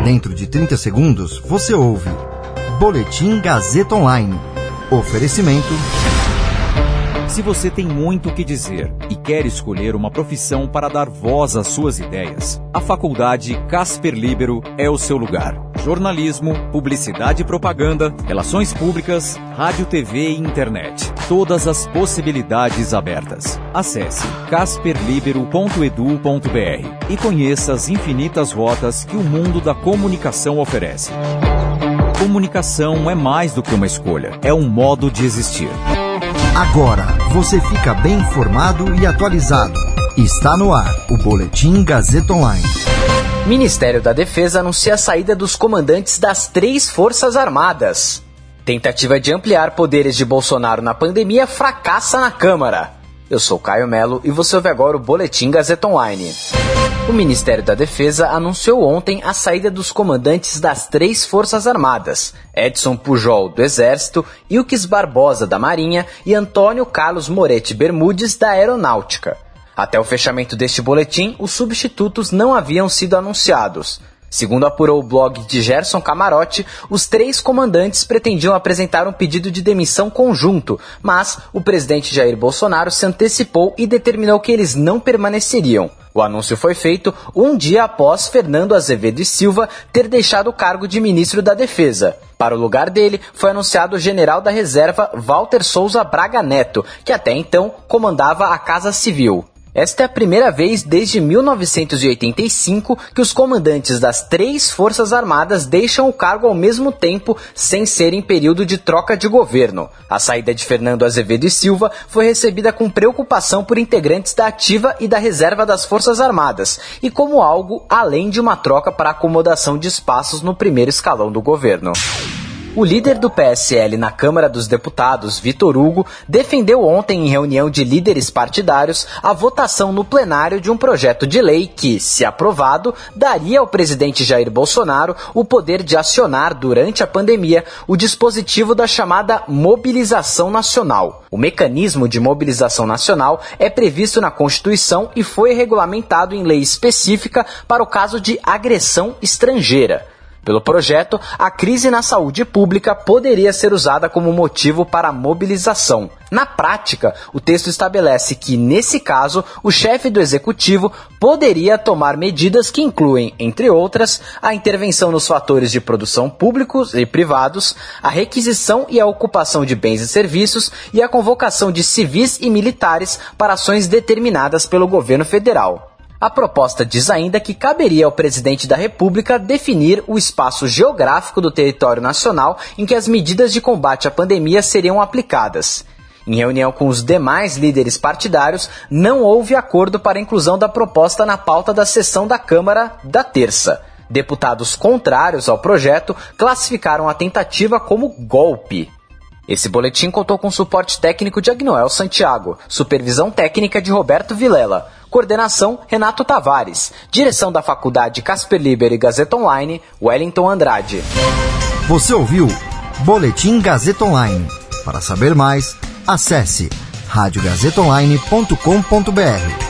Dentro de 30 segundos, você ouve Boletim Gazeta Online. Oferecimento... Se você tem muito o que dizer e quer escolher uma profissão para dar voz às suas ideias, a Faculdade Casper Líbero é o seu lugar. Jornalismo, publicidade e propaganda, relações públicas, rádio, TV e internet. Todas as possibilidades abertas. Acesse casperlibero.edu.br e conheça as infinitas rotas que o mundo da comunicação oferece. Comunicação é mais do que uma escolha, é um modo de existir. Agora você fica bem informado e atualizado. Está no ar o Boletim Gazeta Online. Ministério da Defesa anuncia a saída dos comandantes das 3 Forças Armadas. Tentativa de ampliar poderes de Bolsonaro na pandemia fracassa na Câmara. Eu sou Caio Melo e você ouve agora o Boletim Gazeta Online. O Ministério da Defesa anunciou ontem a saída dos comandantes das 3 Forças Armadas, Edson Pujol, do Exército, Ilques Barbosa, da Marinha e Antônio Carlos Moretti Bermudes, da Aeronáutica. Até o fechamento deste boletim, os substitutos não haviam sido anunciados. Segundo apurou o blog de Gerson Camarote, os 3 comandantes pretendiam apresentar um pedido de demissão conjunto, mas o presidente Jair Bolsonaro se antecipou e determinou que eles não permaneceriam. O anúncio foi feito um dia após Fernando Azevedo e Silva ter deixado o cargo de ministro da Defesa. Para o lugar dele, foi anunciado o general da reserva Walter Souza Braga Neto, que até então comandava a Casa Civil. Esta é a primeira vez desde 1985 que os comandantes das 3 Forças Armadas deixam o cargo ao mesmo tempo, sem ser em período de troca de governo. A saída de Fernando Azevedo e Silva foi recebida com preocupação por integrantes da ativa e da reserva das Forças Armadas, e como algo além de uma troca para acomodação de espaços no primeiro escalão do governo. O líder do PSL na Câmara dos Deputados, Vitor Hugo, defendeu ontem em reunião de líderes partidários a votação no plenário de um projeto de lei que, se aprovado, daria ao presidente Jair Bolsonaro o poder de acionar, durante a pandemia, o dispositivo da chamada mobilização nacional. O mecanismo de mobilização nacional é previsto na Constituição e foi regulamentado em lei específica para o caso de agressão estrangeira. Pelo projeto, a crise na saúde pública poderia ser usada como motivo para a mobilização. Na prática, o texto estabelece que, nesse caso, o chefe do executivo poderia tomar medidas que incluem, entre outras, a intervenção nos fatores de produção públicos e privados, a requisição e a ocupação de bens e serviços e a convocação de civis e militares para ações determinadas pelo governo federal. A proposta diz ainda que caberia ao presidente da República definir o espaço geográfico do território nacional em que as medidas de combate à pandemia seriam aplicadas. Em reunião com os demais líderes partidários, não houve acordo para a inclusão da proposta na pauta da sessão da Câmara da terça. Deputados contrários ao projeto classificaram a tentativa como golpe. Esse boletim contou com suporte técnico de Agnoel Santiago, supervisão técnica de Roberto Vilela, coordenação Renato Tavares, direção da Faculdade Casper Líbero e Gazeta Online, Wellington Andrade. Você ouviu Boletim Gazeta Online. Para saber mais, acesse radiogazetaonline.com.br.